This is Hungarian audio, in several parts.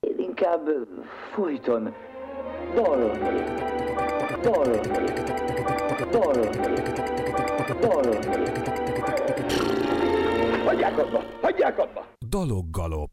Én inkább folyton dalolni. Hagyják abba! Daloggalop.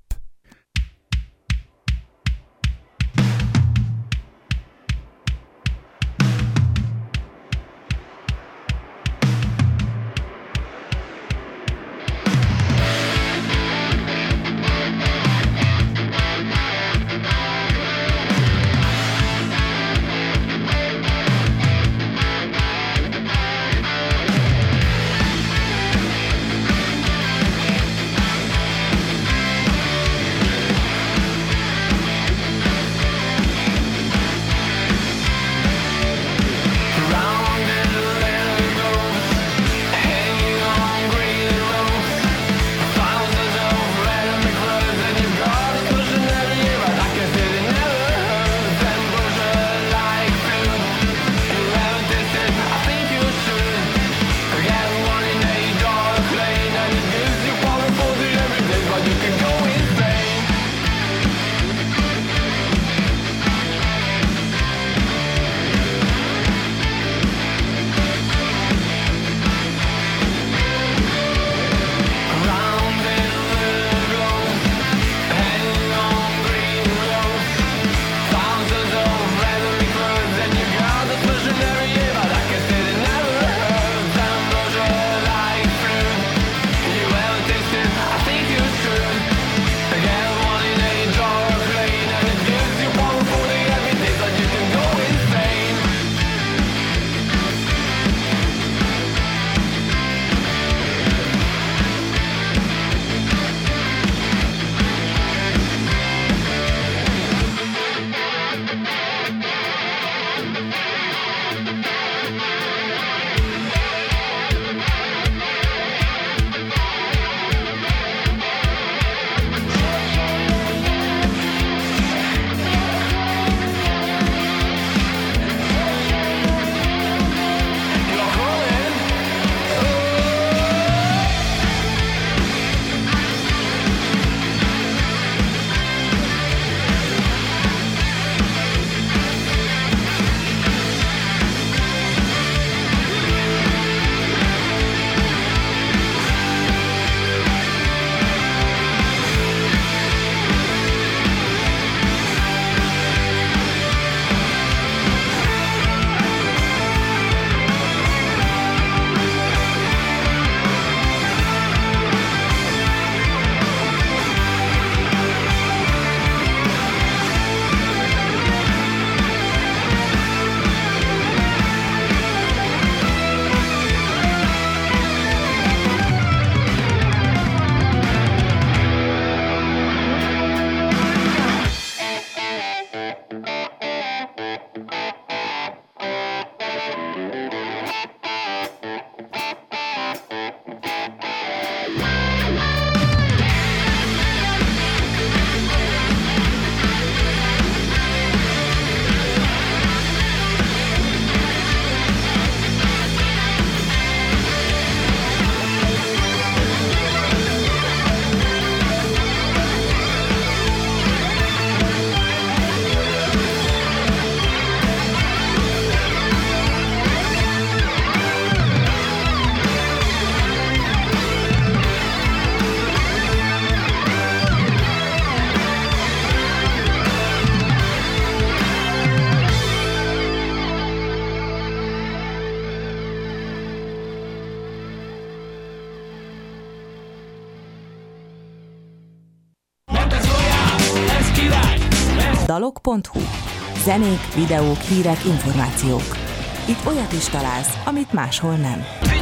Dalog.hu. Zenék, videók, hírek, információk. Itt olyat is találsz, amit máshol nem.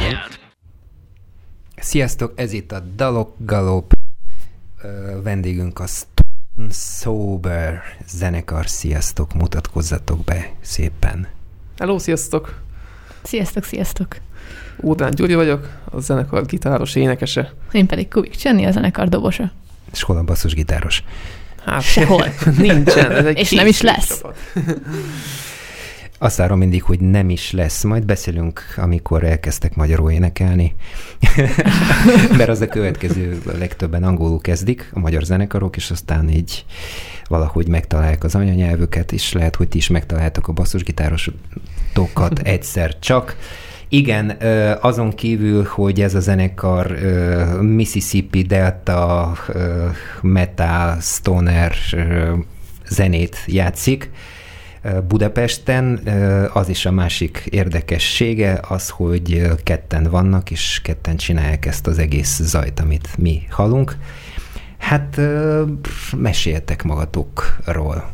Sziasztok, ez itt a Daloggalop. Vendégünk a Stone Sober zenekar. Sziasztok, mutatkozzatok be szépen. Hello, sziasztok! Sziasztok! Ódán Gyuri vagyok, a zenekar gitáros, énekese. Én pedig Kubik Csenni, a zenekar dobosa. És hol a basszusgitáros? Hát, sehol. Nincsen. Ez egy és nem is lesz. Azt várom mindig, hogy nem is lesz. Majd beszélünk, amikor elkezdtek magyarul énekelni. Mert az a következő, legtöbben angolul kezdik, a magyar zenekarok, és aztán így valahogy megtalálják az anyanyelvüket, és lehet, hogy ti is megtaláltok a basszusgitárosokat egyszer csak. Igen, azon kívül, hogy ez a zenekar Mississippi Delta metal stoner zenét játszik Budapesten, az is a másik érdekessége az, hogy ketten vannak, és ketten csinálják ezt az egész zajt, amit mi hallunk. Hát meséljetek magatokról.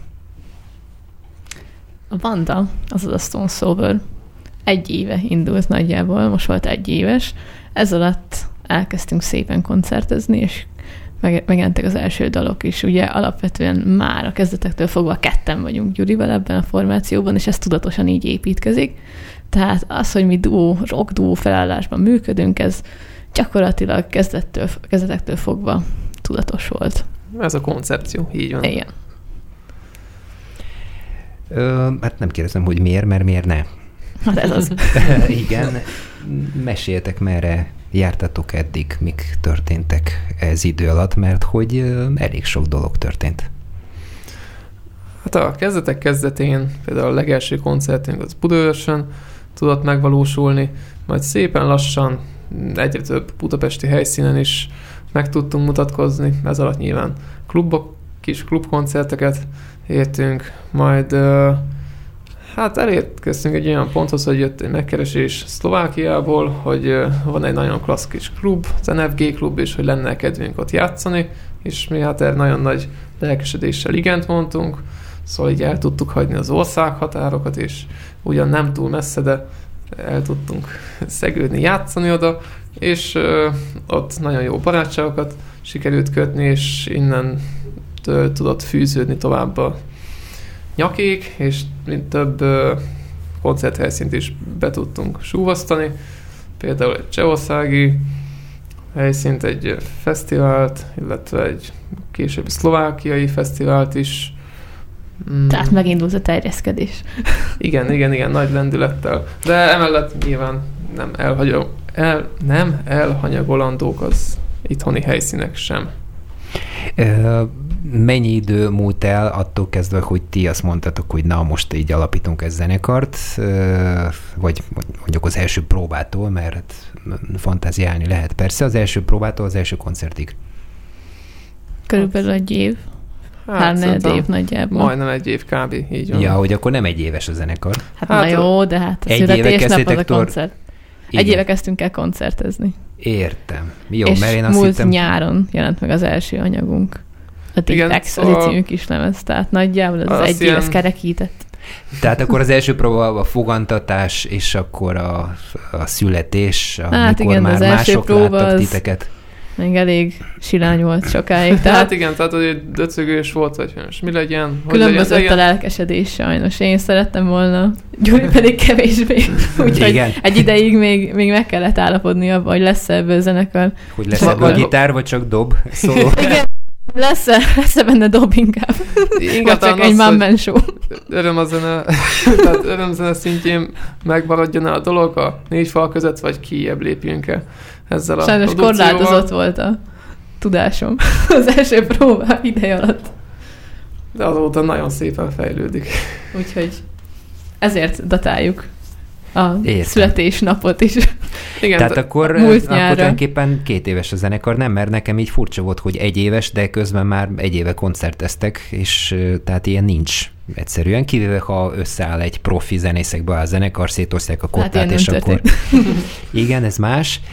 A banda, azaz a Stone Sober 1 éve indult nagyjából, most volt 1 éves. Ez alatt elkezdtünk szépen koncertezni, és megjelentek az első dalok is. Ugye alapvetően már a kezdetektől fogva ketten vagyunk Gyurival ebben a formációban, és ez tudatosan így építkezik. Tehát az, hogy mi rock duó felállásban működünk, ez gyakorlatilag kezdetektől fogva tudatos volt. Ez a koncepció, így van. Igen. Hát nem kérdezem, hogy miért, mert miért ne. Hát ez az. Igen. Meséljetek, merre jártatok eddig, mik történtek ez idő alatt, mert hogy elég sok dolog történt. Hát a kezdetén, például a legelső koncertünk az Budaörsön tudott megvalósulni, majd szépen lassan egyre több budapesti helyszínen is meg tudtunk mutatkozni, ez alatt nyilván kis klubkoncerteket értünk, majd hát elérkeztünk egy olyan ponthoz, hogy jött egy megkeresés Szlovákiából, hogy van egy nagyon klassz kis klub, az NFG klub, és hogy lenne kedvünk ott játszani, és mi hát erre nagyon nagy lelkesedéssel igent mondtunk, szóval így el tudtuk hagyni az országhatárokat, és ugyan nem túl messze, de el tudtunk szegődni, játszani oda, és ott nagyon jó barátságokat sikerült kötni, és innen tudott fűződni tovább a nyakék, és több koncerthelyszínt is be tudtunk súvasztani. Például egy csehországi helyszínt, egy fesztivált, illetve egy későbbi szlovákiai fesztivált is. Tehát megindult a terjeszkedés. Igen, nagy lendülettel. De emellett nyilván nem elhanyagolandók az itthoni helyszínek sem. Mennyi idő múlt el attól kezdve, hogy ti azt mondtatok, hogy na, most így alapítunk egy zenekart, vagy mondjuk az első próbától, mert fantáziálni lehet persze, az első próbától az első koncertig? Körülbelül 1 év. Hát 3-4 év nagyjából. Majdnem 1 év kb. Így van. Ja, hogy akkor nem 1 éves a zenekar. Hát na jó, de hát a születésnap az a koncert. 1 éve kezdtünk el koncertezni. Értem. Jó, és mert én azt múlt hittem... nyáron jelent meg az első anyagunk. A Dictax, az egy című kislemez, tehát nagyjából az 1 év, ez kerekített. Tehát akkor az első próba a fogantatás, és akkor a születés, amikor igen, már mások láttak titeket. Még elég silány volt sokáig. Tehát... Hát igen, tehát hogy döcögős volt, hogy most mi legyen. Különbözött a lelkesedés sajnos. Én szerettem volna, Gyuri pedig kevésbé. Úgyhogy egy ideig még meg kellett állapodni abba, hogy lesz ebből zenekar. Hogy lesz ebből gitár, vagy csak dob? Szóló. Igen, lesz benne dob inkább. Vagy csak egy one-man show. Örömzene szintjén megmaradjon a dolog a 4 fal között, vagy kijebb lépjünk el ezzel a sajnos korlátozott volt a tudásom az első próba ideje alatt. De azóta nagyon szépen fejlődik. Úgyhogy ezért datáljuk a születésnapot is. Igen, tehát akkor tulajdonképpen 2 éves a zenekar, nem? Mert nekem így furcsa volt, hogy 1 éves, de közben már 1 éve koncerteztek, és tehát ilyen nincs egyszerűen, kivéve ha összeáll egy profi zenészekbe a zenekar, szétosztják a kottát, hát és akkor... Igen, ez más.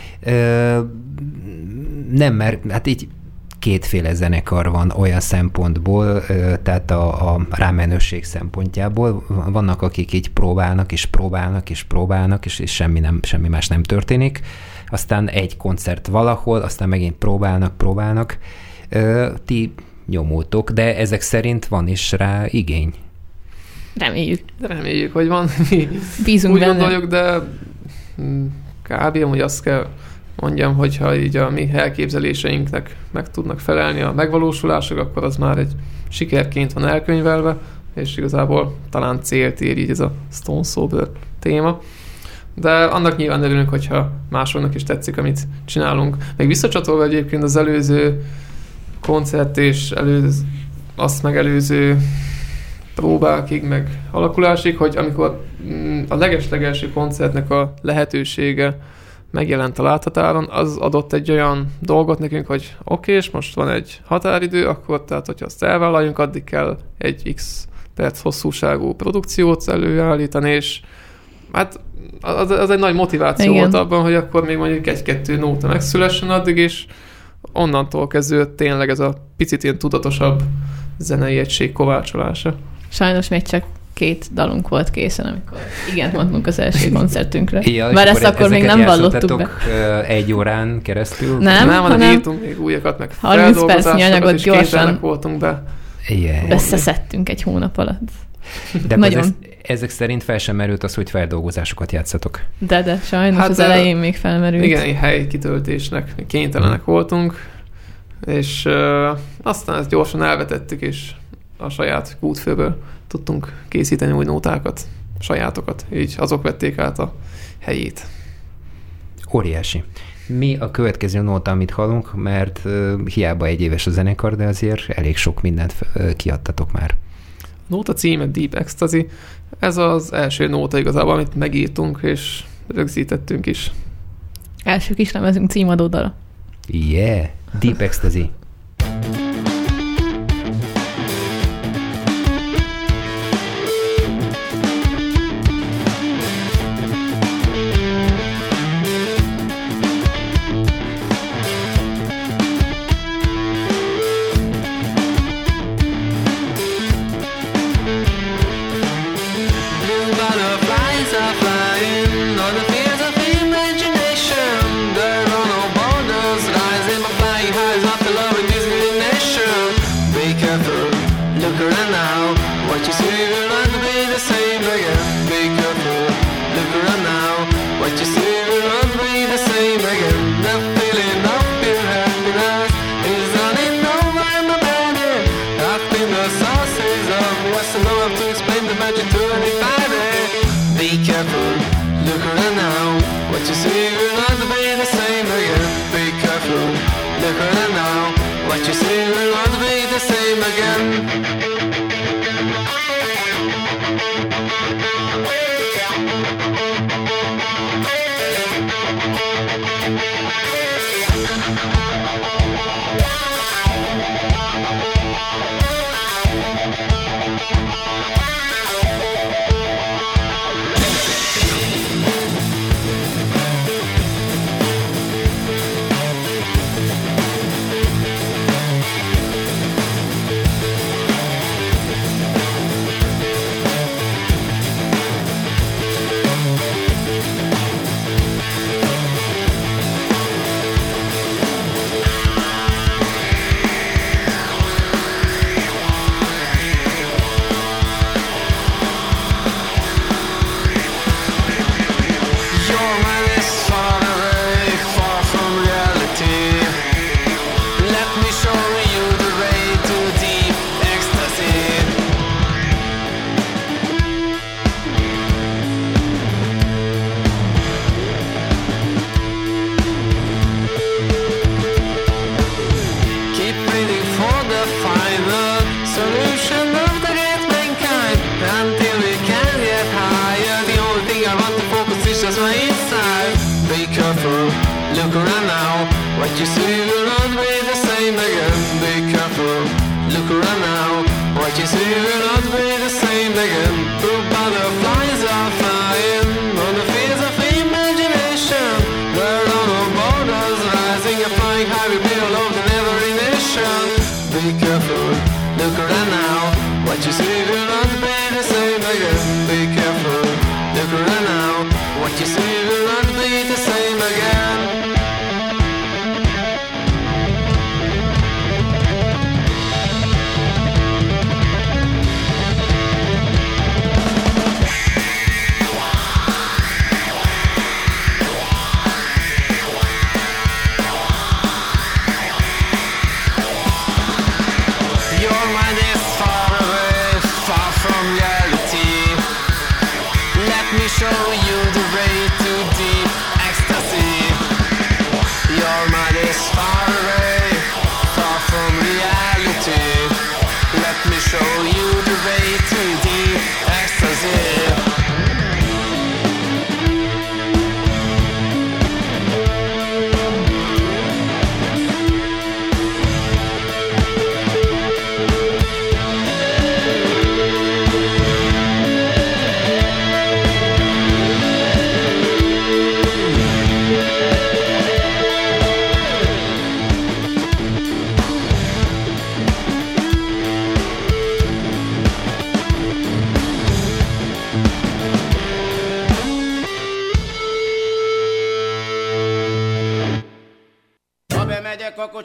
Nem, mert hát így 2 zenekar van olyan szempontból, tehát a rámenőség szempontjából. Vannak, akik így próbálnak, és semmi más nem történik. Aztán egy koncert valahol, aztán megint próbálnak. Ti nyomultok, de ezek szerint van is rá igény. Reméljük, hogy van. Bízunk úgy benne. Gondoljuk, de kb. Hogy azt kell mondjam, hogyha így a mi elképzeléseinknek meg tudnak felelni a megvalósulások, akkor az már egy sikerként van elkönyvelve, és igazából talán célt ér így ez a Stone Sober téma. De annak nyilván örülünk, hogyha másoknak is tetszik, amit csinálunk. Még visszacsatolva egyébként az előző koncert és azt megelőző próbákig, meg alakulásig, hogy amikor a leges-legelső koncertnek a lehetősége megjelent a láthatáron, az adott egy olyan dolgot nekünk, hogy oké, és most van egy határidő, akkor tehát, hogyha azt elvállaljunk, addig kell egy X perc hosszúságú produkciót előállítani, és hát az egy nagy motiváció volt abban, hogy akkor még mondjuk egy-kettő nóta megszülessen addig, és onnantól kezdődött tényleg ez a picit ilyen tudatosabb zenei egység kovácsolása. Sajnos még csak 2 dalunk volt készen, amikor igent mondtunk az első koncertünkre. Ja, mert ezt akkor még nem vallottuk be. 1 órán keresztül? Nem, hanem írtunk még újakat, meg 30 percnyi anyagot és gyorsan voltunk be. Yeah. Összeszedtünk egy hónap alatt. De nagyon. Ezek szerint fel sem merült az, hogy feldolgozásokat játszatok. De sajnos hát az elején még felmerült. Igen, helykitöltésnek kénytelenek voltunk, és aztán ezt gyorsan elvetettük, és a saját kútfőből tudtunk készíteni új nótákat, sajátokat, így azok vették át a helyét. Óriási. Mi a következő nóta, amit hallunk, mert hiába 1 éves a zenekar, de azért elég sok mindent kiadtatok már. A nóta címe Deep Ecstasy. Ez az első nóta igazából, amit megírtunk, és rögzítettünk is. Első kislemezünk címadó dala. Yeah, Deep Ecstasy.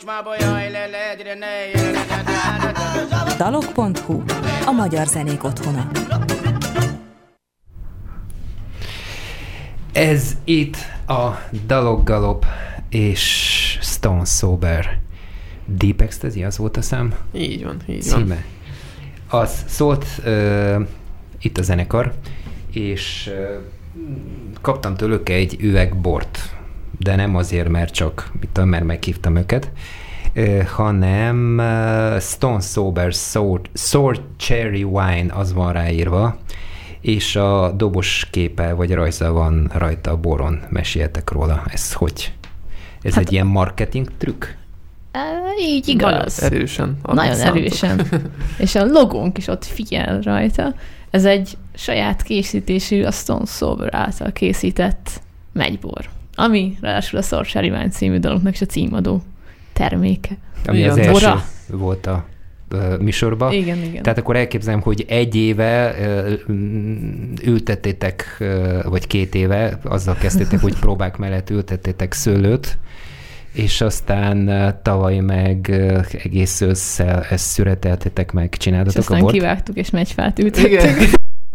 Dalok.hu, a magyar zenék otthona. Ez itt a Dalok Galop és Stone Sober. Deep Ecstasy, az volt a szám? Így van. Címe. Az szólt itt a zenekar, és kaptam tőlük egy üveg bort, de nem azért, mert meghívtam őket, hanem Stone Sober Sour Cherry Wine, az van ráírva, és a dobos képe vagy rajza van rajta a boron. Meséljetek róla. Ez hogy? Ez egy ilyen marketing trükk? Így igaz. Nagyon erősen. És a logónk is ott figyel rajta. Ez egy saját készítésű, a Stone Sober által készített megybor, ami ráadásul a Sour Cherry Wine című dalunknak is a címadó terméke. Ami az első volt a műsorban. Igen. Tehát akkor elképzelem, hogy egy éve ültettétek, vagy 2 éve, azzal kezdtétek, hogy próbák mellett ültettétek szőlőt, és aztán tavaly meg egész ősszel ezt szüreteltétek meg, csináltatok a bort. És aztán kivágtuk, és megyfát ültettük.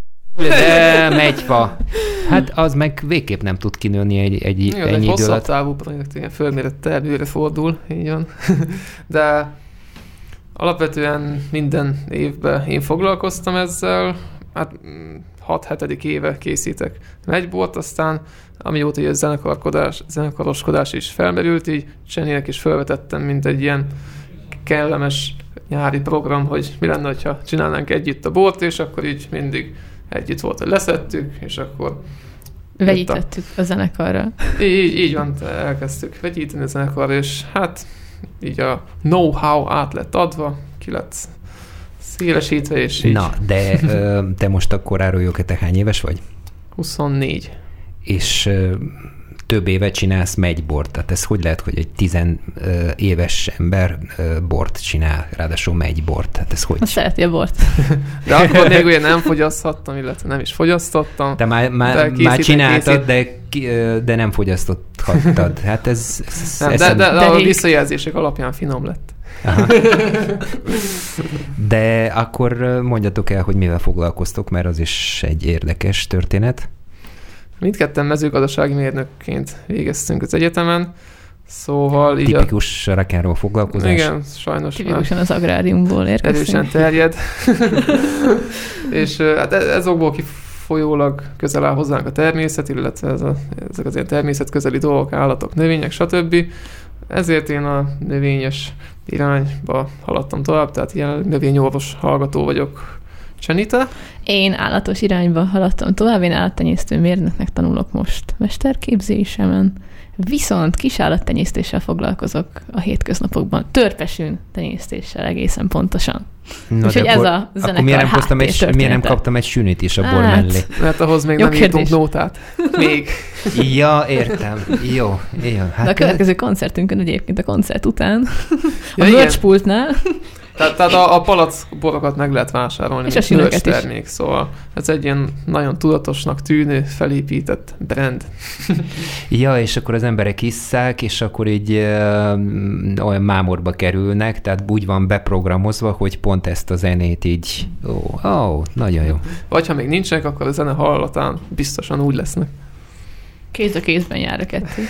De megyfa. Hát az meg végképp nem tud kinőni ennyi idő alatt. Egy hosszabb távú projekt, ilyen fölmérett tervűre fordul, így van. De alapvetően minden évben én foglalkoztam ezzel, hát 6-7. éve készítek megybort, aztán amióta a zenekaroskodás is felmerült, így Csenének is felvetettem, mint egy ilyen kellemes nyári program, hogy mi lenne, ha csinálnánk együtt a bort, és akkor így mindig együtt volt, hogy leszettük, és akkor vegyítettük a zenekarra. Így van, elkezdtük vegyíteni a zenekarra, és hát így a know-how át lett adva, ki lett szélesítve, és így. Na, de te most akkor áruljuk, te hány éves vagy? 24. És több éve csinálsz megybort. Tehát ez hogy lehet, hogy egy 10 éves ember bort csinál, ráadásul megybort? Tehát ez hogy? Azt szereti a bort. De akkor még ugye nem fogyaszthattam, illetve nem is fogyasztottam. Te már csináltad, de nem fogyaszthattad. Hát ez de a visszajelzések alapján finom lett. De akkor mondjatok el, hogy mivel foglalkoztok, mert az is egy érdekes történet. Mindketten mezőgazdasági mérnökként végeztünk az egyetemen, szóval így tipikus rock'n'roll foglalkozás. Igen, sajnos. Tipikusan az agráriumból érkeztünk. Erősen terjed. És hát ezokból kifolyólag közel áll hozzánk a természet, illetve ezek az ilyen természetközeli dolgok, állatok, növények, stb. Ezért én a növényes irányba haladtam tovább, tehát ilyen növényorvos hallgató vagyok. Csenita? Én állatos irányba haladtam tovább, én állattenyésztő mérnöknek tanulok most mesterképzésemen, viszont kisállattenyésztéssel foglalkozok a hétköznapokban, törpesűn tenyésztéssel egészen pontosan. Úgyhogy ez a zenekar miért nem kaptam egy sűnit is a bor mellé? Mert ahhoz még nem írtunk nótát. Még. Ja, értem. Jó. Hát de a következő koncertünkön egyébként a koncert után a merchpultnál Tehát a palackborokat meg lehet vásárolni, és a sünöket is. Termék, szóval ez egy ilyen nagyon tudatosnak tűnő, felépített brand. Ja, és akkor az emberek isszák, és akkor így olyan mámorba kerülnek, tehát úgy van beprogramozva, hogy pont ezt a zenét így, nagyon jó. Vagy ha még nincsenek, akkor a zene hallatán biztosan úgy lesznek. Kéz a kézben jár a kettő.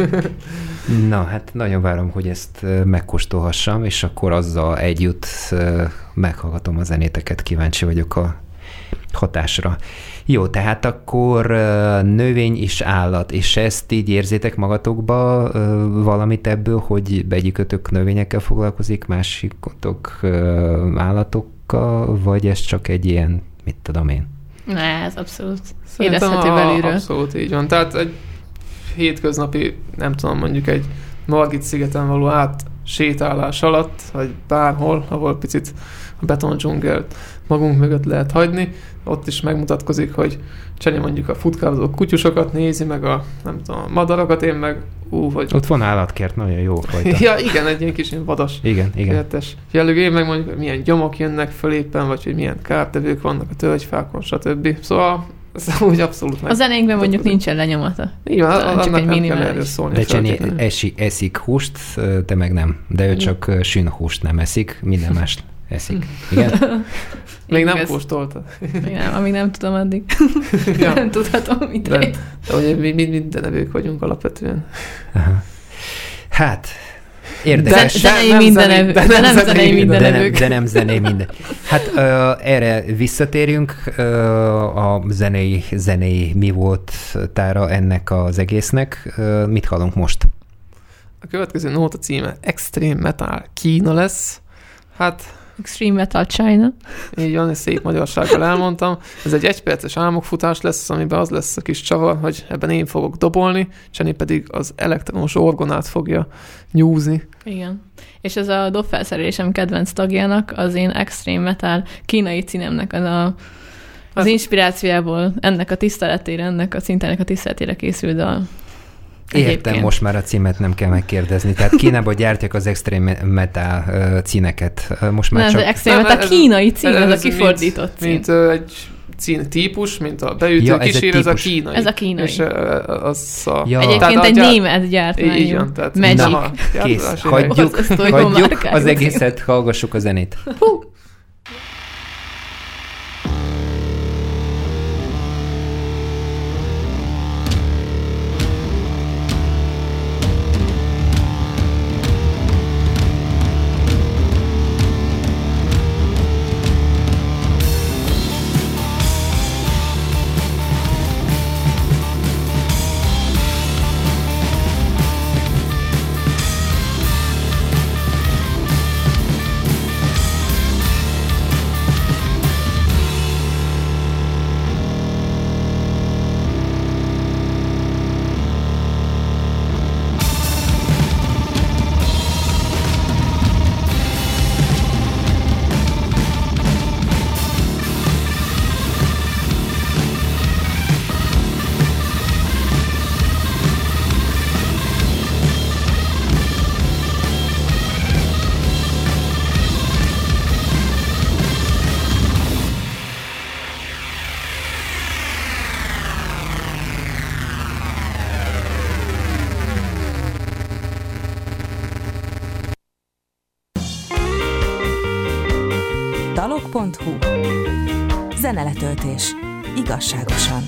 Na, hát nagyon várom, hogy ezt megkóstolhassam, és akkor azzal együtt meghallgatom a zenéteket, kíváncsi vagyok a hatásra. Jó, tehát akkor növény és állat, és ezt így érzitek magatokba valamit ebből, hogy egyikötök növényekkel foglalkozik, másikotok állatokkal, vagy ez csak egy ilyen, mit tudom én? Ne, ez abszolút érezhető belülről. Abszolút így van. Tehát egy hétköznapi, nem tudom, mondjuk egy Margit-szigeten való sétálás alatt, vagy bárhol, ahol picit a betondzsungelt magunk mögött lehet hagyni, ott is megmutatkozik, hogy Cseni mondjuk a futkározó kutyusokat nézi, meg a, nem tudom, a madarakat, én meg hogy... Ott van állatkert, nagyon jó fajta. Ja, igen, egy ilyen kis vadas. Igen. Értes jellegű, én meg mondjuk, hogy milyen gyomok jönnek föl éppen, vagy hogy milyen kártevők vannak a tölgyfákon, stb. Szóval Ez úgy abszolút meg. A zenénkben mondjuk nincsen lenyomata. Így van, Talán csak annak egy nem minimális. kell erről szólni. De Cseni feltétlenül. eszik húst, te meg nem. De ő csak sűnhúst nem eszik, minden mást eszik. Igen? Még nem Igaz. kóstoltad. Még nem, amíg nem tudom, addig Ja. nem tudhatom, mit De ejt. ugye mi mindenevők vagyunk alapvetően. Aha. Hát, érdekes. Zenei nem mindenevő, zenei- de nem zenei De mindenevők. nem zenei minden. Hát erre visszatérjünk, a zenei mi volt tára ennek az egésznek. Mit hallunk most? A következő nóta címe Extreme Metal Kína lesz. Hát Extreme Metal China. így van, egy szép magyarsággal elmondtam. Ez egy egyperces álmokfutás lesz, amiben az lesz a kis csavar, hogy ebben én fogok dobolni, Cseni pedig az elektromos orgonát fogja nyúzni. Igen. És ez a dobfelszerelésem kedvenc tagjának az én Extreme Metal kínai cínemnek az inspirációjából, ennek a tiszteletére, ennek a szintenek a tiszteletére készült dal. Értem, Egyébként. most már a címet nem kell megkérdezni. Tehát Kínában gyártják az extreme metal cíneket. Most már Nem, csak... ez Extreme Nem, Metal ez- kínai cím, ez a mint- kifordított cím. Mint egy cín típus, mint a beütő Ja, ez egy kísérő, ez a típus. kínai. Ez a kínai. És az a... Ja. Egyébként egy német Így gyártmányú. van, tehát Magic. nem a Kész, gyártási hagyjuk, Borzasztó jó hagyjuk márkájú az cím. egészet, hallgassuk a zenét. Dalok.hu. Zeneletöltés. Igazságosan.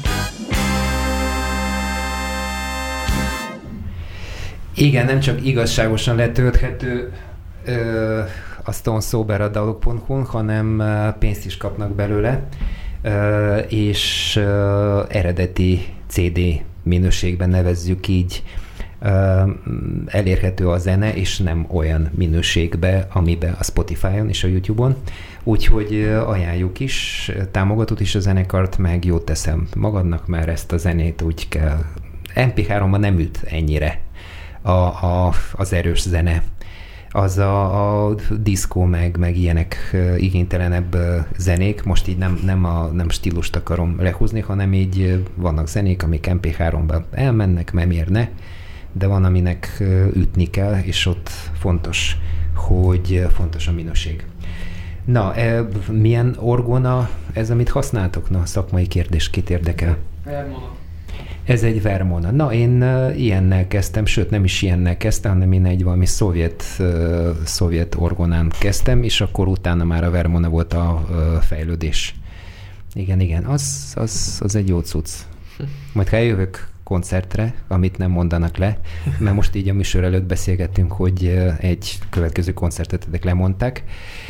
Igen, nem csak igazságosan letölthető a Stone Sober a Dalok.hu-n, hanem pénzt is kapnak belőle, és eredeti CD minőségben nevezzük így, elérhető a zene, és nem olyan minőségbe, amiben a Spotify-on és a YouTube-on. Úgyhogy ajánljuk is, támogatod is a zenekart, meg jót teszem magadnak, mert ezt a zenét úgy kell. MP3-ban nem üt ennyire az erős zene. Az a diszkó meg ilyenek igénytelenebb zenék, most így nem stílust akarom lehúzni, hanem így vannak zenék, amik MP3-ba elmennek, mert miért ne, de van, aminek ütni kell, és ott fontos a minőség. Na, milyen orgona ez, amit használtok? Na, szakmai kérdés, kit érdekel? Ez egy Vermona. Na, én ilyennel kezdtem, sőt nem is ilyennel kezdtem, hanem én egy valami szovjet orgonán kezdtem, és akkor utána már a Vermona volt a fejlődés. Igen, az egy jó cucc. Majd ha eljövök koncertre, amit nem mondanak le, mert most így a műsor előtt beszélgettünk, hogy egy következő koncertetek lemondták.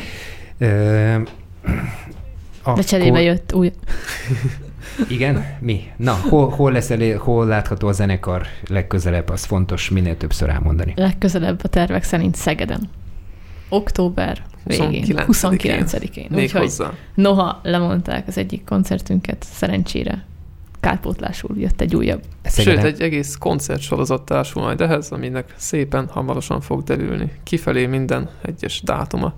De cserébe jött új. Igen? Mi? Na, hol látható a zenekar legközelebb? Az fontos minél többször elmondani. Legközelebb a tervek szerint Szegeden. Október végén. 29-én. Még Úgyhogy hozzá. noha lemondták az egyik koncertünket, szerencsére kárpótlásul jött egy újabb. Sőt, egy egész koncertsorozat társul majd ehhez, aminek szépen hamarosan fog derülni. Kifelé minden egyes dátuma.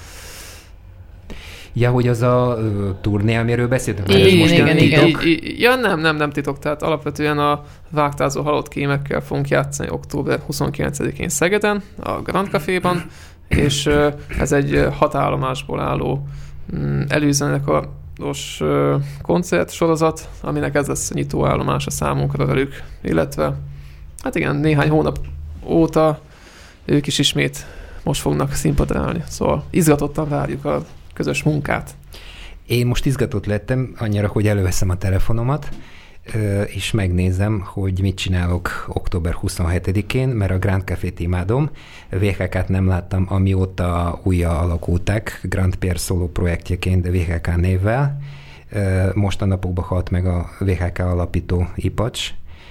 Ja, hogy az a turné, amiről beszéltünk? Igen. Ja, nem titok. Tehát alapvetően a Vágtázó halott kémekkel fogunk játszani október 29-én Szegeden, a Grand Caféban, és ez egy 6 állomásból álló előzenekar koncertsorozat, aminek ez lesz a nyitóállomása számunkra velük, illetve hát igen, néhány hónap óta ők is ismét most fognak színpadra állni. Szóval izgatottan várjuk a közös munkát. Én most izgatott lettem annyira, hogy előveszem a telefonomat, és megnézem, hogy mit csinálok október 27-én, mert a Grand Cafét imádom. VHK-t nem láttam, amióta újra alakulták, Grand Pierre szóló projektjeként, de VHK névvel. Most a napokban halt meg a VHK alapító Ipacs,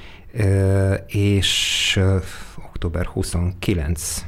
és október 29.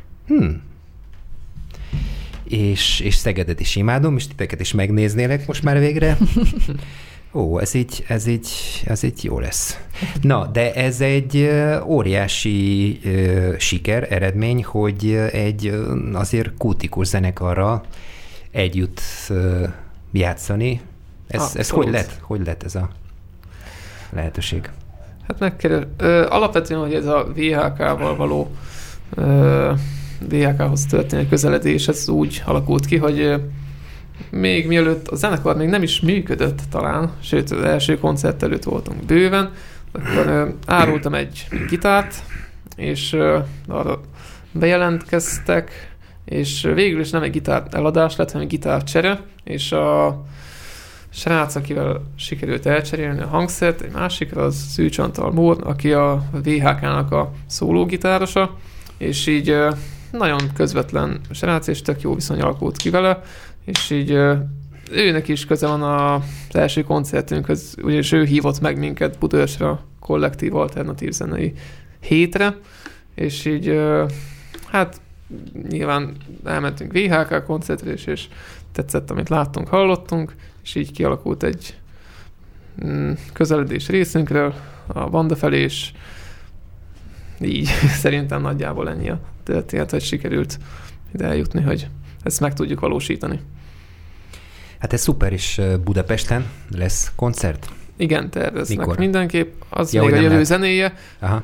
És Szegedet is imádom, és titeket is megnéznélek most már végre. Ó, ez így jó lesz. Na, de ez egy óriási siker, eredmény, hogy egy azért kultikus zenekarral együtt játszani. Ez hogy lett ez a lehetőség? Hát alapvetően, hogy ez a VHK-val való VHK-hoz történő közeledés, ez úgy alakult ki, hogy még mielőtt a zenekar még nem is működött talán, sőt az első koncert előtt voltunk bőven, akkor árultam egy gitárt, és arra bejelentkeztek, és végül is nem egy gitár eladás lett, hanem egy gitár csere, és a srác, akivel sikerült elcserélni a hangszert, egy másikra, az Szűcs Antal Mór, aki a VHK-nak a szólógitárosa, és így nagyon közvetlen srác, és tök jó viszony alakult ki vele, és így őnek is köze van az első koncertünkhöz, ugyanis ő hívott meg minket Budaörsre kollektív alternatív zenei hétre, és így hát nyilván elmentünk VHK koncertre, és tetszett, amit láttunk, hallottunk, és így kialakult egy közeledés részünkről a banda felé, és így szerintem nagyjából ennyi a történet, hogy sikerült ide eljutni, hogy ezt meg tudjuk valósítani. Hát ez szuper, és Budapesten lesz koncert? Igen, terveznek. Mikor? Mindenképp. Az még a jövő zenéje, aha.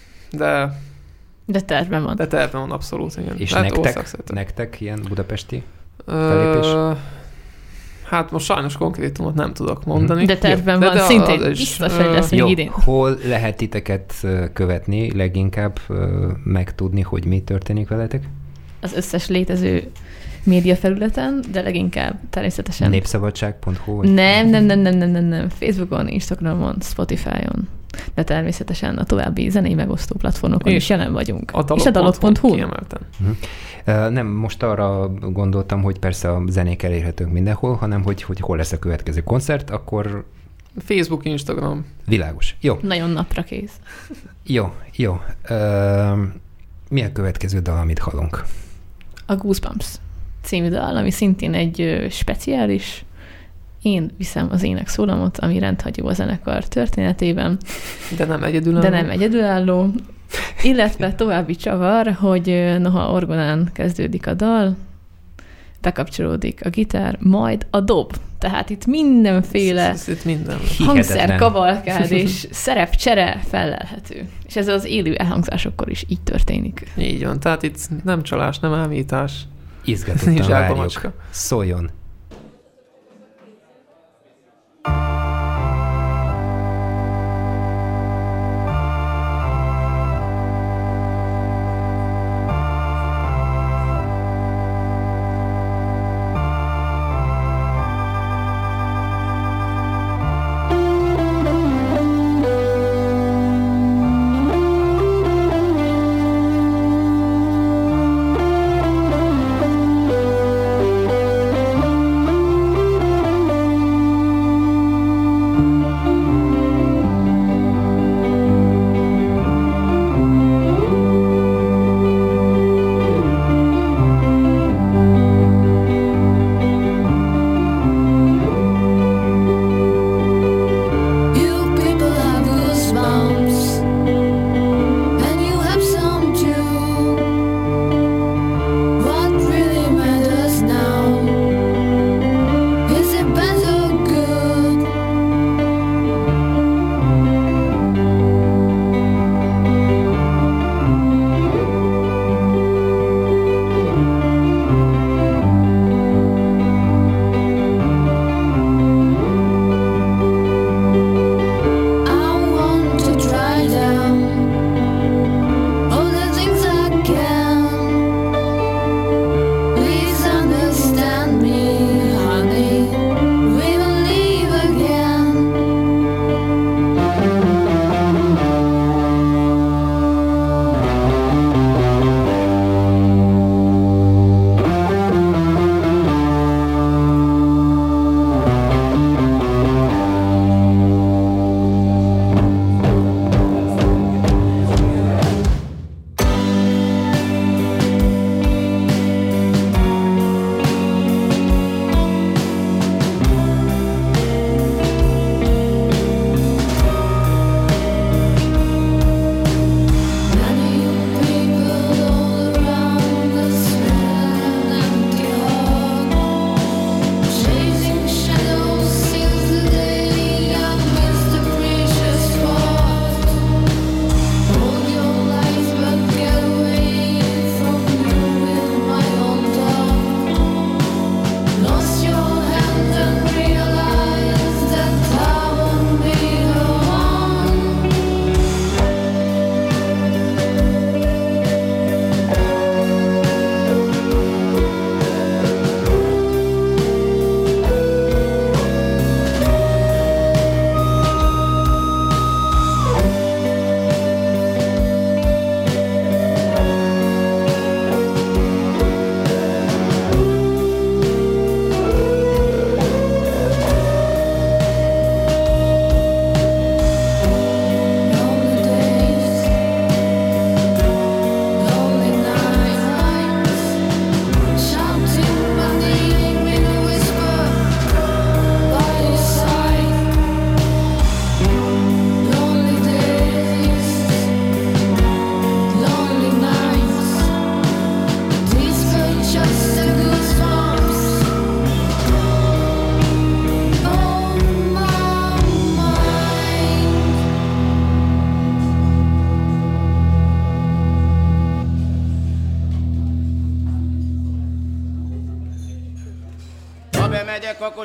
De tervben van. De tervben van, abszolút, igen. És nektek ilyen budapesti felépés? Hát most sajnos konkrétumot nem tudok mondani. De tervben van, szintén biztos, hogy lesz még idén. Hol lehet titeket követni, leginkább megtudni, hogy mi történik veletek? Az összes létező médiafelületen, de leginkább természetesen... Népszabadság.hu? Nem. Facebookon, Instagramon, Spotify-on. De természetesen a további zenei megosztó platformokon is jelen vagyunk. És a dalok.hu. Nem, most arra gondoltam, hogy persze a zenék elérhetők mindenhol, hanem hogy hol lesz a következő koncert, akkor... Facebook, Instagram. Világos. Jó. Nagyon napra kész. Jó. Mi a következő dal, amit hallunk? A Goosebumps című dal, ami szintén egy speciális. Én viszem az ének szólamot, ami rendhagyó a zenekar történetében. De nem egyedülálló. Illetve további csavar, hogy noha orgonán kezdődik a dal, bekapcsolódik a gitár, majd a dob. Tehát itt mindenféle hangszerkavalkád és szerepcsere fellelhető. És ez az élő elhangzásokkor is így történik. Így van, tehát itt nem csalás, nem ámítás. Izgatottan várjuk. Szóljon!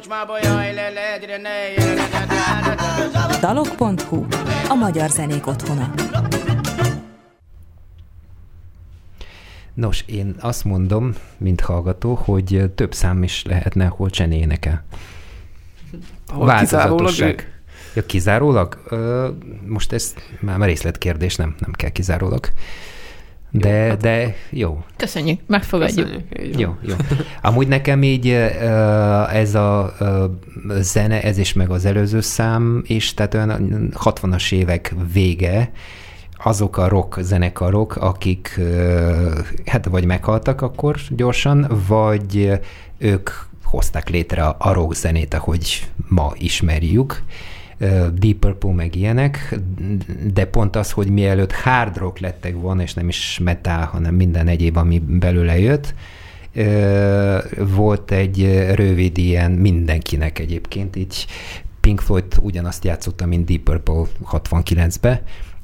Dalok.hu, a magyar zenék otthona. Nos, én azt mondom, mint hallgató, hogy több szám is lehetne, hol Cseni énekel. Változatosság. Ja, kizárólag? Most ez már részletkérdés, nem kell kizárólag. De jó. Köszönjük, megfogadjuk. Jó. Amúgy nekem így ez a zene, ez is meg az előző szám is, tehát olyan 60-as évek vége, azok a rock zenekarok, akik hát vagy meghaltak akkor gyorsan, vagy ők hozták létre a rock zenét, ahogy ma ismerjük. Deep Purple meg ilyenek, de pont az, hogy mielőtt hard rock lettek volna, és nem is metal, hanem minden egyéb, ami belőle jött, volt egy rövid ilyen mindenkinek egyébként, így Pink Floyd ugyanazt játszotta, mint Deep Purple 69-be,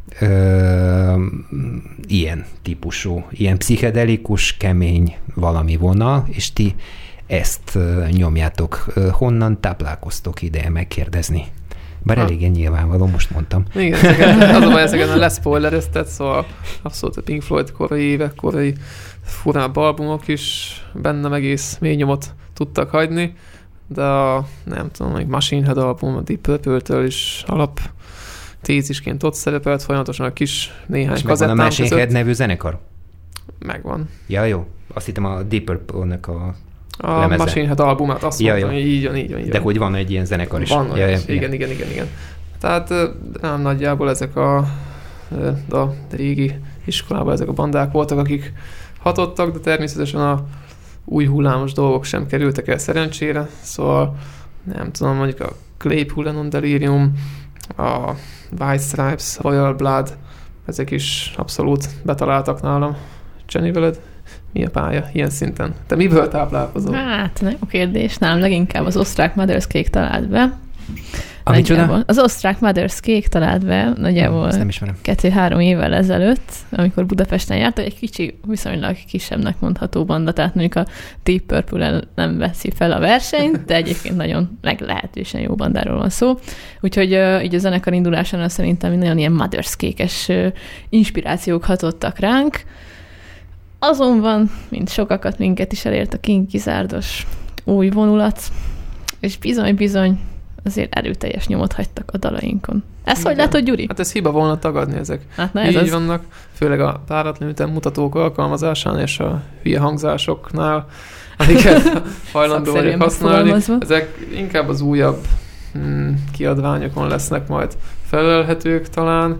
ilyen típusú, ilyen pszichedelikus, kemény valami vonal, és ti ezt nyomjátok. Honnan táplálkoztok ideje megkérdezni? Bár eléggé nyilvánvaló, most mondtam. Igen, az a baj, ezeken leszpoilerezted, szóval abszolút a Pink Floyd korai évek, korai furább albumok is bennem egész mély nyomot tudtak hagyni, de nem tudom, egy Machine Head album, a Deep Purple-től is alap tézisként ott szerepelt, folyamatosan a kis néhány kazettám között. És megvan a Machine Head nevű zenekar? Megvan. Ja, jó. Azt hittem a Deep Purple-nek a lemeze. Machine Head albumát, azt mondtam, hogy így van. De hogy van egy ilyen zenekar is. Van, igen. Tehát nem nagyjából ezek a régi iskolában ezek a bandák voltak, akik hatottak, de természetesen a új hullámos dolgok sem kerültek el szerencsére, szóval nem tudom, mondjuk a Claypool and Delirium, a White Stripes, Royal Blood, ezek is abszolút betaláltak nálam. Jenny, veled mi a pálya ilyen szinten? Te miből táplálkozol? Hát, nagyon kérdés. Nálam leginkább az osztrák Mother's Cake talált be. Az osztrák Mother's Cake talált be nagyjából 2-3 évvel ezelőtt, amikor Budapesten járt, egy kicsi, viszonylag kisebbnek mondható banda, tehát mondjuk a Deep Purple nem veszi fel a versenyt, de egyébként nagyon meglehetősen jó bandáról van szó. Úgyhogy így a zenekar indulásánál szerintem nagyon ilyen Mother's Cake-es inspirációk hatottak ránk. Azonban, mint sokakat, minket is elért a kinkizárdos új vonulat, és bizony azért erőteljes nyomot hagytak a dalainkon. Ezt hogy látod, Gyuri? Hát ez hiba volna tagadni ezek. Hát így vannak, főleg a páratlan ütemutatók alkalmazásán és a hülye hangzásoknál, amiket hajlandó vagyok használni. Ezek inkább az újabb kiadványokon lesznek majd felelhetők talán.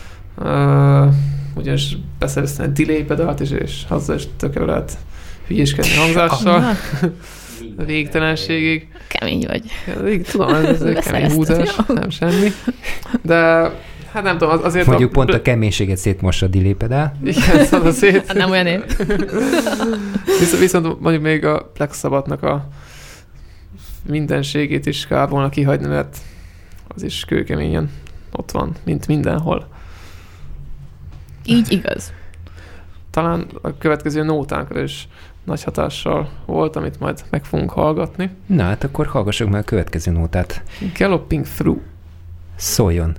Ugyanis beszereztem egy delay pedált is, és azzal is tökre lehet hülyéskedni hangzással. Végtelenségig. Kemény vagy. Tudom, ez egy kemény húzás, nem semmi. De hát nem tudom, azért... Mondjuk pont a keménységet szétmossa a delay pedál. Igen, szóval szét. Nem olyan épp. Viszont mondjuk még a Black Sabbathnak a mindenségét is kár volna kihagyni, mert az is kőkeményen ott van, mint mindenhol. Így igaz. Talán a következő nótánkra is nagy hatással volt, amit majd meg fogunk hallgatni. Na, hát akkor hallgassuk meg a következő nótát. Galloping Through. Szóljon.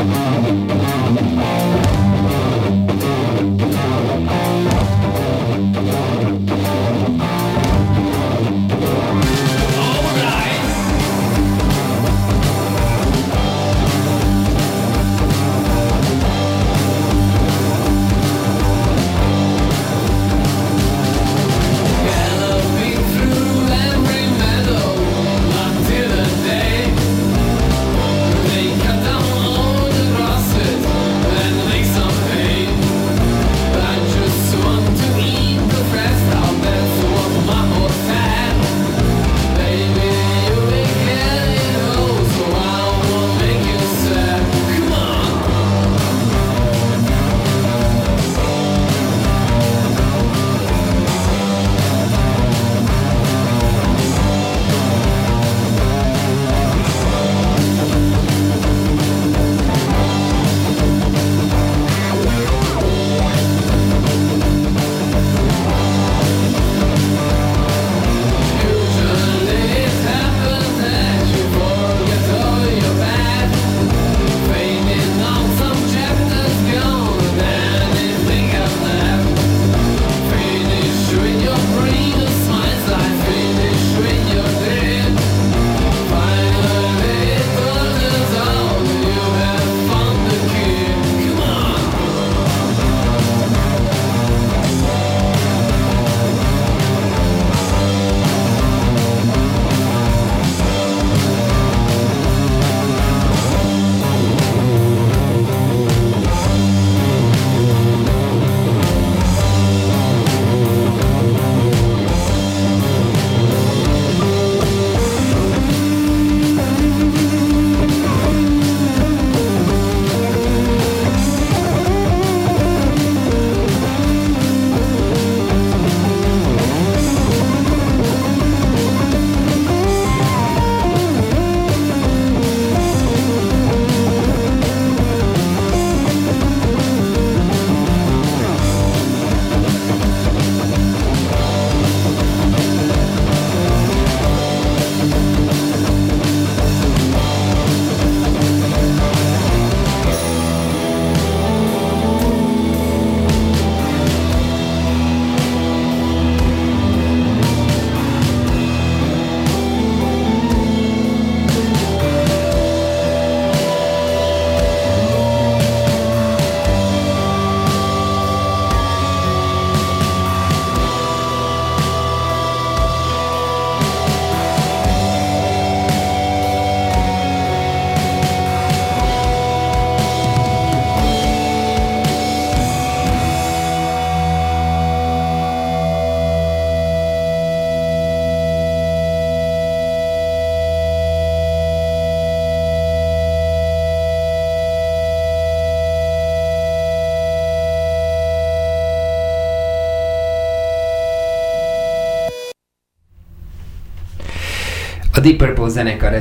A Deep Purple zenekar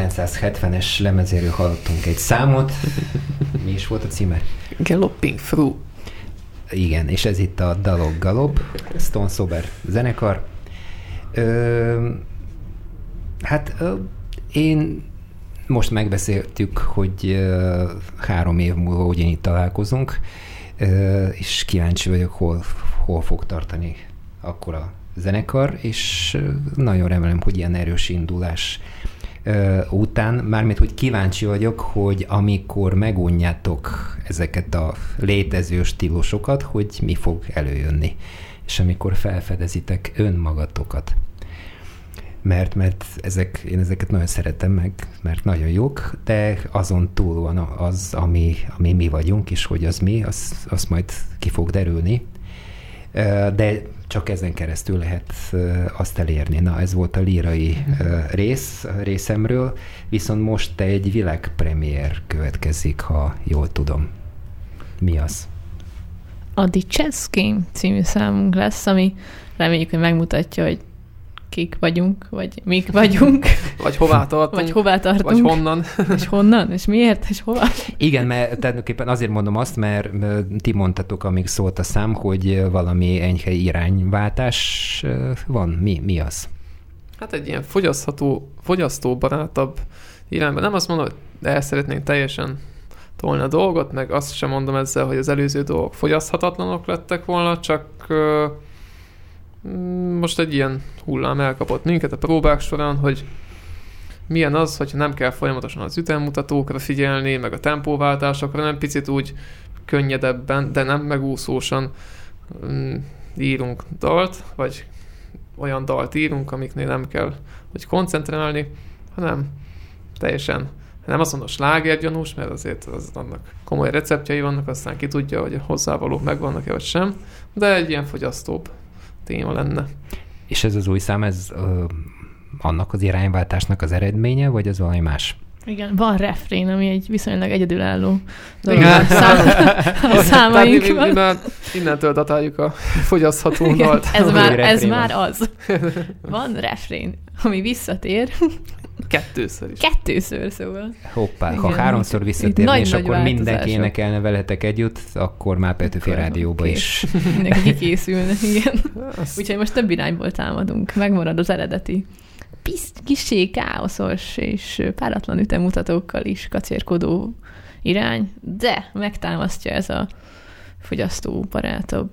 1970-es lemezéről hallottunk egy számot. Mi is volt a címe? Galloping Through. Igen, és ez itt a Dalok Galop, Stone Sober zenekar. Én most megbeszéltük, hogy 3 év múlva ugyanígy találkozunk, és kíváncsi vagyok, hol fog tartani akkor a zenekar, és nagyon remélem, hogy ilyen erős indulás után, mármint, hogy kíváncsi vagyok, hogy amikor megunjátok ezeket a létező stílusokat, hogy mi fog előjönni, és amikor felfedezitek önmagatokat. Mert én ezeket nagyon szeretem meg, mert nagyon jók, de azon túl van az, ami mi vagyunk, és hogy az mi, az majd ki fog derülni. De csak ezen keresztül lehet azt elérni. Na, ez volt a lírai részemről, viszont most egy világpremiér következik, ha jól tudom. Mi az? A The Chess Game című számunk lesz, ami reméljük, hogy megmutatja, hogy kik vagyunk, vagy mik vagyunk. Vagy hová tartunk. Vagy hová tartunk. Vagy honnan. És honnan, és miért, és hova. Igen, mert tulajdonképpen azért mondom azt, mert ti mondtatok, amíg szólt a szám, hogy valami enyhe irányváltás van. Mi az? Hát egy ilyen fogyasztóbarátabb irányba. Nem azt mondom, hogy el szeretnénk teljesen tolni a dolgot, meg azt sem mondom ezzel, hogy az előző dolgok fogyaszthatatlanok lettek volna, csak most egy ilyen hullám elkapott minket a próbák során, hogy milyen az, hogyha nem kell folyamatosan az ütemmutatókra figyelni, meg a tempóváltásokra, nem picit úgy könnyedebben, de nem megúszósan írunk dalt, vagy olyan dalt írunk, amiknél nem kell, hogy koncentrálni, hanem teljesen, nem azt mondom slágergyanús, mert azért annak komoly receptjei vannak, aztán ki tudja, hogy a hozzávalók megvannak-e vagy sem, de egy ilyen fogyasztóbb téma lenne. És ez az új szám, ez annak az irányváltásnak az eredménye, vagy az valami más? Igen, van refrén, ami egy viszonylag egyedülálló dolog a számainkban. Mi már innentől datáljuk a fogyasztható dalt. Ez már az. Van refrén, ami visszatér. Kettőször, szóval. Hoppá, igen, ha 3-szor visszatérne, és akkor mindenki énekelne veletek együtt, akkor már Petőfi Rádióba is. Mindenki kikészülne, igen. Úgyhogy most több irányból támadunk. Megmarad az eredeti kissé káoszos és páratlan ütemmutatókkal is kacérkodó irány, de megtámasztja ez a fogyasztóbarátabb,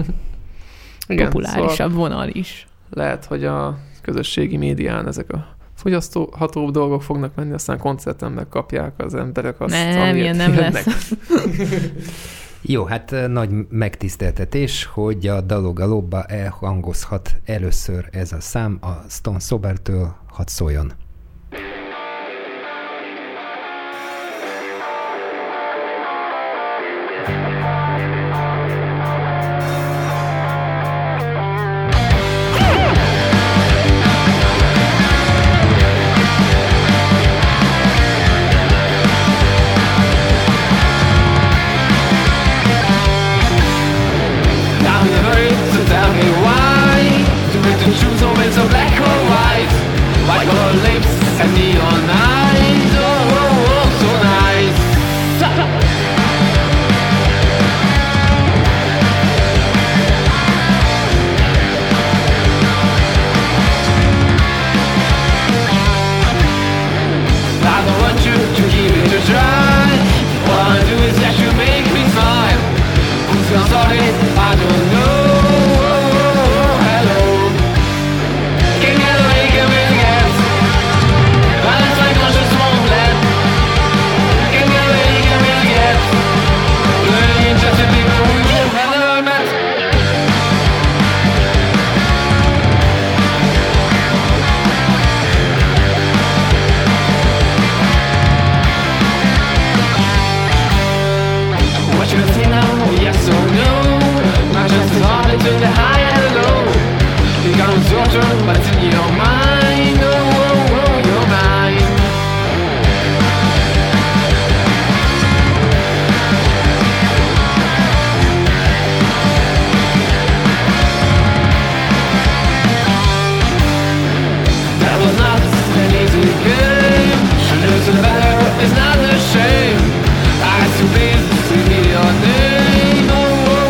populárisabb vonal is. Lehet, hogy a közösségi médián ezek a fogyasztóhatóbb dolgok fognak menni, aztán koncerten megkapják az emberek azt, nem, ilyen nem lesz. Jó, hát nagy megtiszteltetés, hogy a Dalogalóba elhangozhat először ez a szám a Stone Sobertől, hadd szóljon.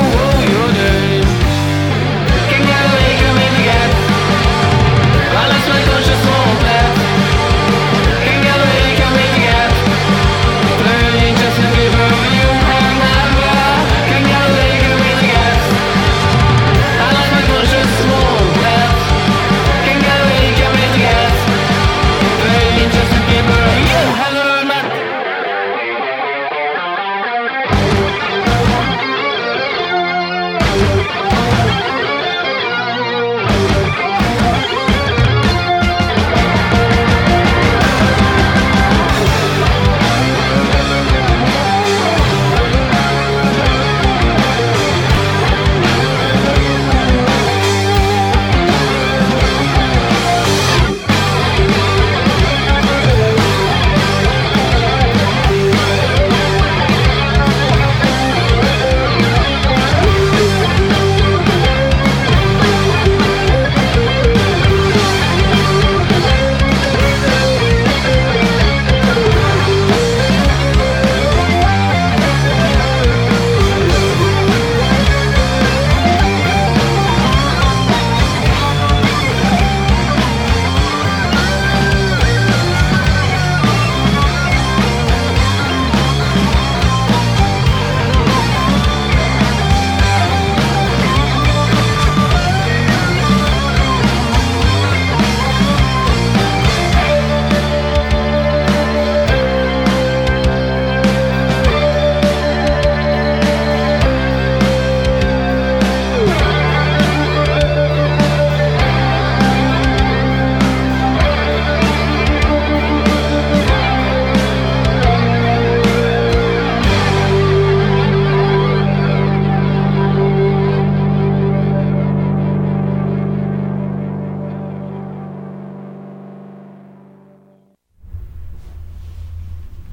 Well, let's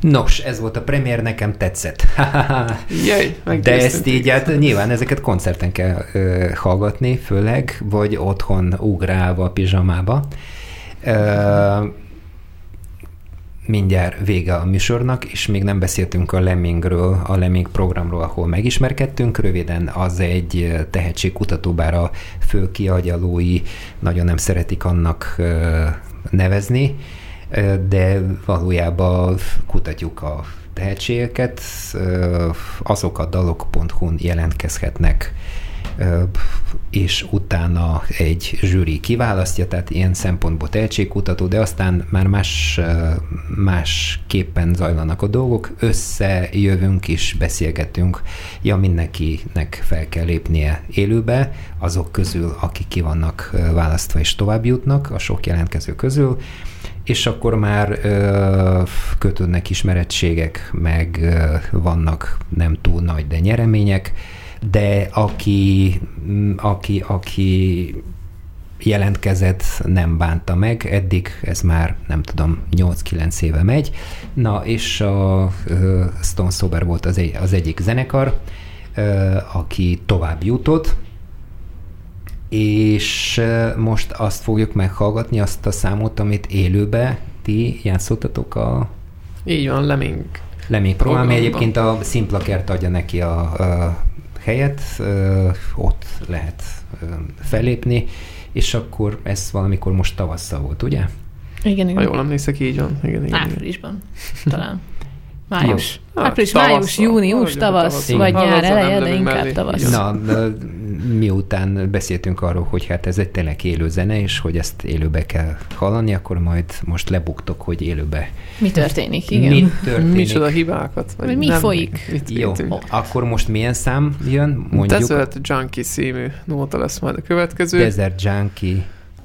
Nos, ez volt a premier, nekem tetszett. Jaj, de ezt így, hát nyilván ezeket koncerten kell hallgatni, főleg, vagy otthon ugrálva, pizsamába. Mindjárt vége a műsornak, és még nem beszéltünk a Lemmingről, a Lemming programról, ahol megismerkedtünk. Röviden az egy tehetségkutató, bár a fő kiagyalói nagyon nem szeretik annak nevezni, de valójában kutatjuk a tehetségeket, azok a dalok.hu-n jelentkezhetnek, és utána egy zsűri kiválasztja, tehát ilyen szempontból tehetségkutató, de aztán már másképpen zajlanak a dolgok, összejövünk és beszélgetünk. Ja, mindenkinek fel kell lépnie élőbe, azok közül, akik ki vannak választva és tovább jutnak, a sok jelentkező közül, és akkor már kötődnek ismerettségek, meg vannak nem túl nagy, de nyeremények, de aki jelentkezett, nem bánta meg, eddig ez már, nem tudom, 8-9 éve megy. Na, és a Stone Sober volt az egyik zenekar, aki tovább jutott, és most azt fogjuk meghallgatni, azt a számot, amit élőbe ti játszottatok a... Így van, Lemming program, egyébként a Simplakert adja neki a helyet, ott lehet fellépni, és akkor ez valamikor most tavasszal volt, ugye? Igen. Ha jól emlékszek, így van. Igen. Áprilisban, talán. Május. Április, május, június, tavasz, vagy nyár eleje, de inkább tavasz. Na, miután beszéltünk arról, hogy hát ez egy tényleg élő zene, és hogy ezt élőbe kell hallani, akkor majd most lebuktok, hogy élőbe. Mi történik, igen. Mi történik? Micsoda hibákat? Vagy mi folyik? Jó, akkor most milyen szám jön? Mondjuk. Desert Junkie című nóta lesz majd a következő. Desert Junkie.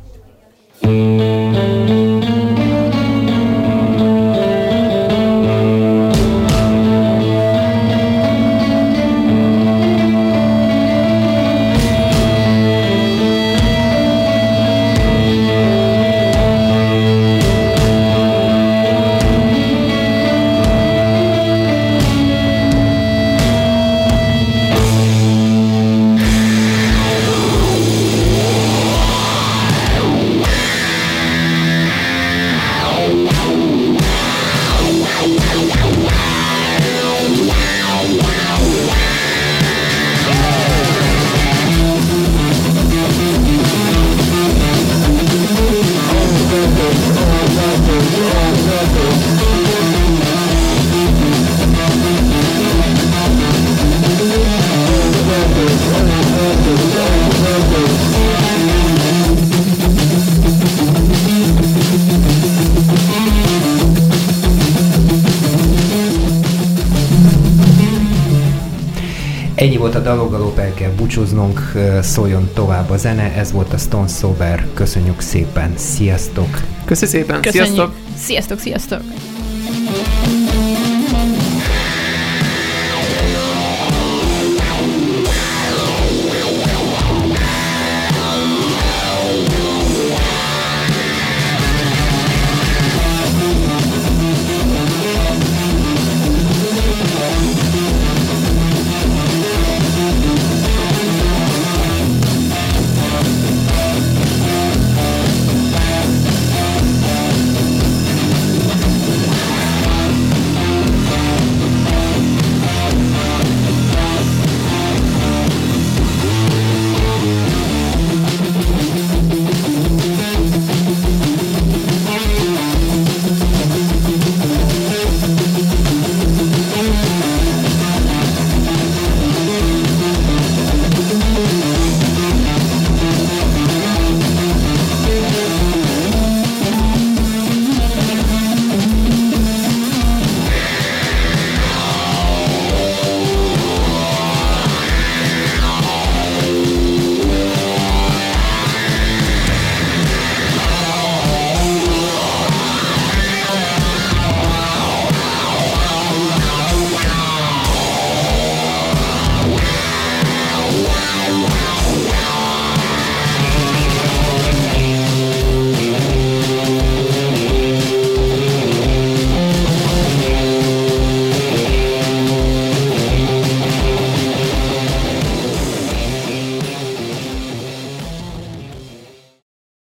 Ennyi volt a Dalogalop, el kell búcsúznunk, szóljon tovább a zene, ez volt a Stone Sober, köszönjük szépen, sziasztok! Köszi szépen, Köszönjük. sziasztok! Sziasztok!